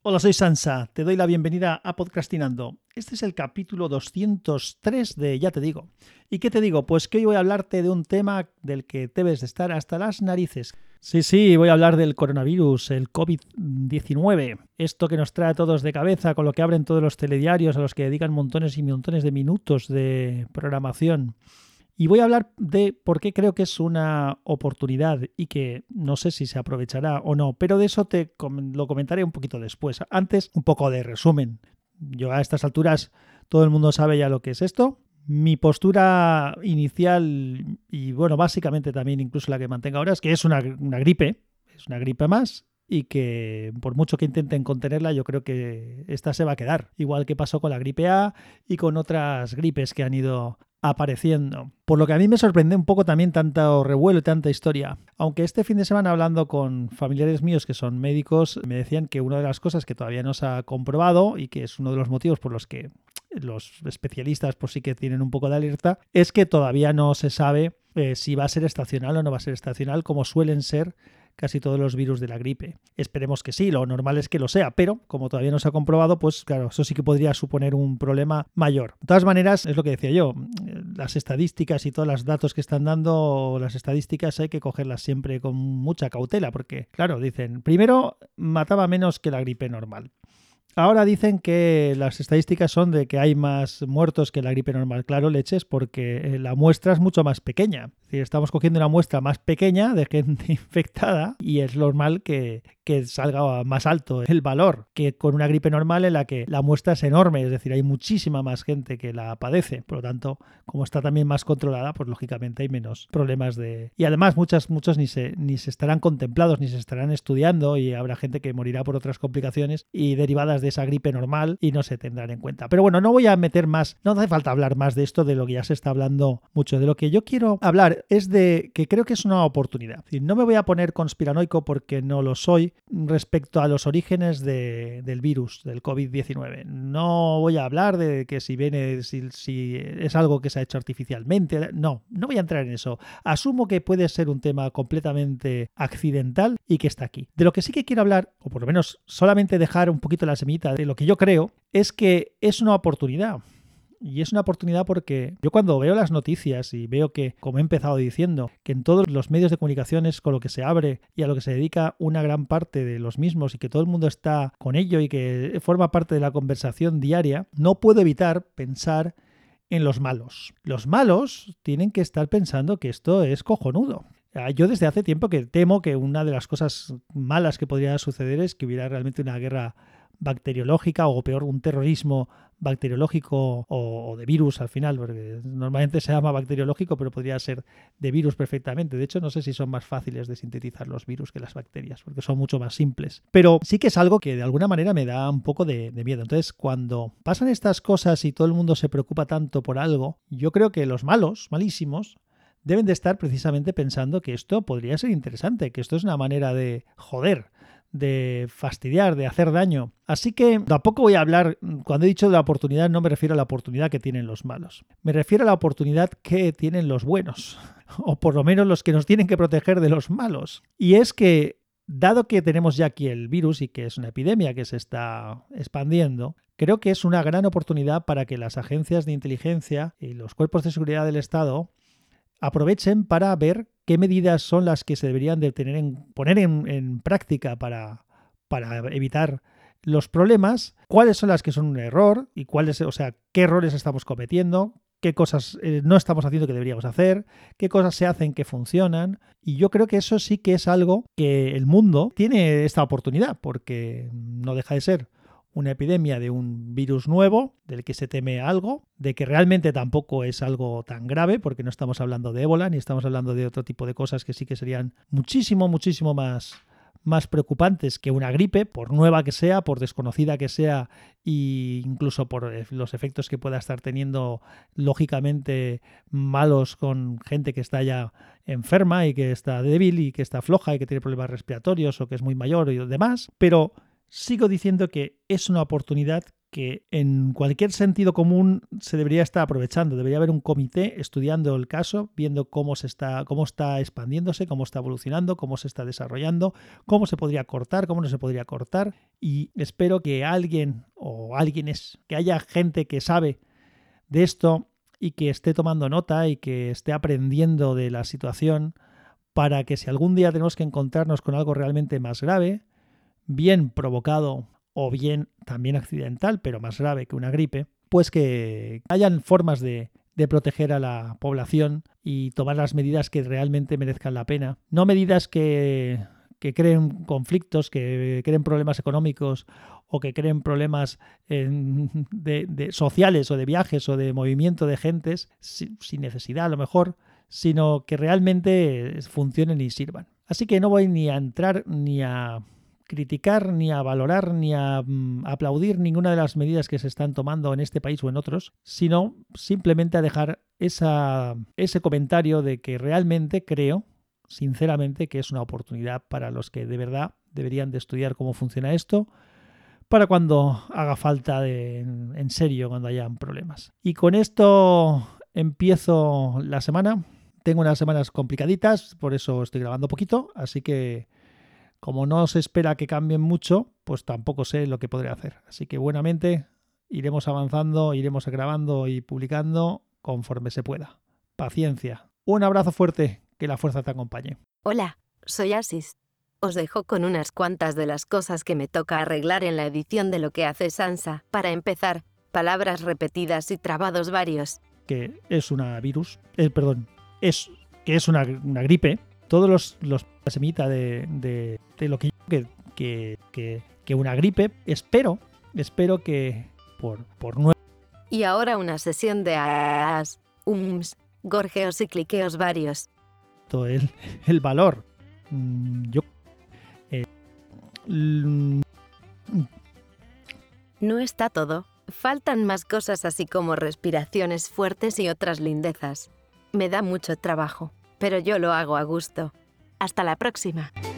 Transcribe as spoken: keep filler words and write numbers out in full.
Hola, soy Sansa. Te doy la bienvenida a Podcastinando. Este es el capítulo doscientos tres de Ya te digo. ¿Y qué te digo? Pues que hoy voy a hablarte de un tema del que debes de estar hasta las narices. Sí, sí, voy a hablar del coronavirus, el COVID diecinueve. Esto que nos trae a todos de cabeza, con lo que abren todos los telediarios, a los que dedican montones y montones de minutos de programación. Y voy a hablar de por qué creo que es una oportunidad y que no sé si se aprovechará o no, pero de eso te com- lo comentaré un poquito después. Antes, un poco de resumen. Yo a estas alturas todo el mundo sabe ya lo que es esto. Mi postura inicial y bueno, básicamente también incluso la que mantengo ahora es que es una, una gripe, es una gripe más y que por mucho que intenten contenerla yo creo que esta se va a quedar, igual que pasó con la gripe A y con otras gripes que han ido apareciendo. Por lo que a mí me sorprende un poco también tanto revuelo y tanta historia. Aunque este fin de semana hablando con familiares míos que son médicos, me decían que una de las cosas que todavía no se ha comprobado y que es uno de los motivos por los que los especialistas pues sí que tienen un poco de alerta, es que todavía no se sabe eh, si va a ser estacional o no va a ser estacional, como suelen ser casi todos los virus de la gripe. Esperemos que sí, lo normal es que lo sea, pero como todavía no se ha comprobado, pues claro, eso sí que podría suponer un problema mayor. De todas maneras, es lo que decía yo, las estadísticas y todos los datos que están dando, las estadísticas hay que cogerlas siempre con mucha cautela, porque claro, dicen, primero mataba menos que la gripe normal. Ahora dicen que las estadísticas son de que hay más muertos que la gripe normal. Claro, leches, porque la muestra es mucho más pequeña. Es decir, estamos cogiendo una muestra más pequeña de gente infectada y es normal que, que salga más alto el valor que con una gripe normal en la que la muestra es enorme. Es decir, hay muchísima más gente que la padece. Por lo tanto, como está también más controlada, pues lógicamente hay menos problemas de... Y además muchas, muchos ni se, ni se estarán contemplados, ni se estarán estudiando y habrá gente que morirá por otras complicaciones y derivadas de esa gripe normal y no se tendrán en cuenta. Pero bueno, no voy a meter más, no hace falta hablar más de esto, de lo que ya se está hablando mucho. De lo que yo quiero hablar es de que creo que es una oportunidad. Es decir, no me voy a poner conspiranoico porque no lo soy respecto a los orígenes de, del virus, del COVID diecinueve. No voy a hablar de que si viene, si, si es algo que se ha hecho artificialmente. No, no voy a entrar en eso. Asumo que puede ser un tema completamente accidental y que está aquí. De lo que sí que quiero hablar, o por lo menos solamente dejar un poquito la semilla de lo que yo creo, es que es una oportunidad. Y es una oportunidad porque yo cuando veo las noticias y veo que, como he empezado diciendo, que en todos los medios de comunicación es con lo que se abre y a lo que se dedica una gran parte de los mismos y que todo el mundo está con ello y que forma parte de la conversación diaria, no puedo evitar pensar en los malos. Los malos tienen que estar pensando que esto es cojonudo. Yo desde hace tiempo que temo que una de las cosas malas que podría suceder es que hubiera realmente una guerra bacteriológica o peor un terrorismo bacteriológico o, o de virus al final, porque normalmente se llama bacteriológico, pero podría ser de virus perfectamente. De hecho, no sé si son más fáciles de sintetizar los virus que las bacterias, porque son mucho más simples. Pero sí que es algo que de alguna manera me da un poco de, de miedo. Entonces, cuando pasan estas cosas y todo el mundo se preocupa tanto por algo, yo creo que los malos, malísimos, deben de estar precisamente pensando que esto podría ser interesante, que esto es una manera de joder, de fastidiar, de hacer daño. Así que tampoco voy a hablar, cuando he dicho de la oportunidad, no me refiero a la oportunidad que tienen los malos. Me refiero a la oportunidad que tienen los buenos, o por lo menos los que nos tienen que proteger de los malos. Y es que, dado que tenemos ya aquí el virus y que es una epidemia que se está expandiendo, creo que es una gran oportunidad para que las agencias de inteligencia y los cuerpos de seguridad del Estado aprovechen para ver qué medidas son las que se deberían de tener en, poner en, en práctica para, para evitar los problemas, cuáles son las que son un error y cuáles, o sea, qué errores estamos cometiendo, qué cosas eh, no estamos haciendo que deberíamos hacer, qué cosas se hacen que funcionan. Y yo creo que eso sí que es algo que el mundo tiene esta oportunidad, porque no deja de ser una epidemia de un virus nuevo, del que se teme algo, de que realmente tampoco es algo tan grave, porque no estamos hablando de ébola, ni estamos hablando de otro tipo de cosas que sí que serían muchísimo, muchísimo más, más preocupantes que una gripe, por nueva que sea, por desconocida que sea, e incluso por los efectos que pueda estar teniendo, lógicamente, malos con gente que está ya enferma y que está débil y que está floja y que tiene problemas respiratorios o que es muy mayor y demás, pero sigo diciendo que es una oportunidad que en cualquier sentido común se debería estar aprovechando. Debería haber un comité estudiando el caso, viendo cómo se está, cómo está expandiéndose, cómo está evolucionando, cómo se está desarrollando, cómo se podría cortar, cómo no se podría cortar. Y espero que alguien o alguienes, que haya gente que sabe de esto y que esté tomando nota y que esté aprendiendo de la situación para que si algún día tenemos que encontrarnos con algo realmente más grave, bien provocado o bien también accidental, pero más grave que una gripe, pues que hayan formas de, de proteger a la población y tomar las medidas que realmente merezcan la pena. No medidas que, que creen conflictos, que creen problemas económicos o que creen problemas eh, de, de sociales o de viajes o de movimiento de gentes, sin, sin necesidad a lo mejor, sino que realmente funcionen y sirvan. Así que no voy ni a entrar ni a criticar, ni a valorar, ni a um, aplaudir ninguna de las medidas que se están tomando en este país o en otros, sino simplemente a dejar esa, ese comentario de que realmente creo, sinceramente, que es una oportunidad para los que de verdad deberían de estudiar cómo funciona esto, para cuando haga falta de, en, en serio, cuando hayan problemas. Y con esto empiezo la semana. Tengo unas semanas complicaditas, por eso estoy grabando poquito, así que como no se espera que cambien mucho, pues tampoco sé lo que podré hacer. Así que buenamente iremos avanzando, iremos grabando y publicando conforme se pueda. Paciencia. Un abrazo fuerte, que la fuerza te acompañe. Hola, soy Asis. Os dejo con unas cuantas de las cosas que me toca arreglar en la edición de Lo que hace Sansa. Para empezar, palabras repetidas y trabados varios. Que es una virus, eh, perdón, es que es una, una gripe. Todos los, los semita de, de, de lo que, que, que, que una gripe. Espero, espero que por, por nuevo. Y ahora una sesión de as, ums, gorjeos y cliqueos varios. Todo el, el valor. Yo. Eh, no está todo. Faltan más cosas así como respiraciones fuertes y otras lindezas. Me da mucho trabajo, pero yo lo hago a gusto. Hasta la próxima.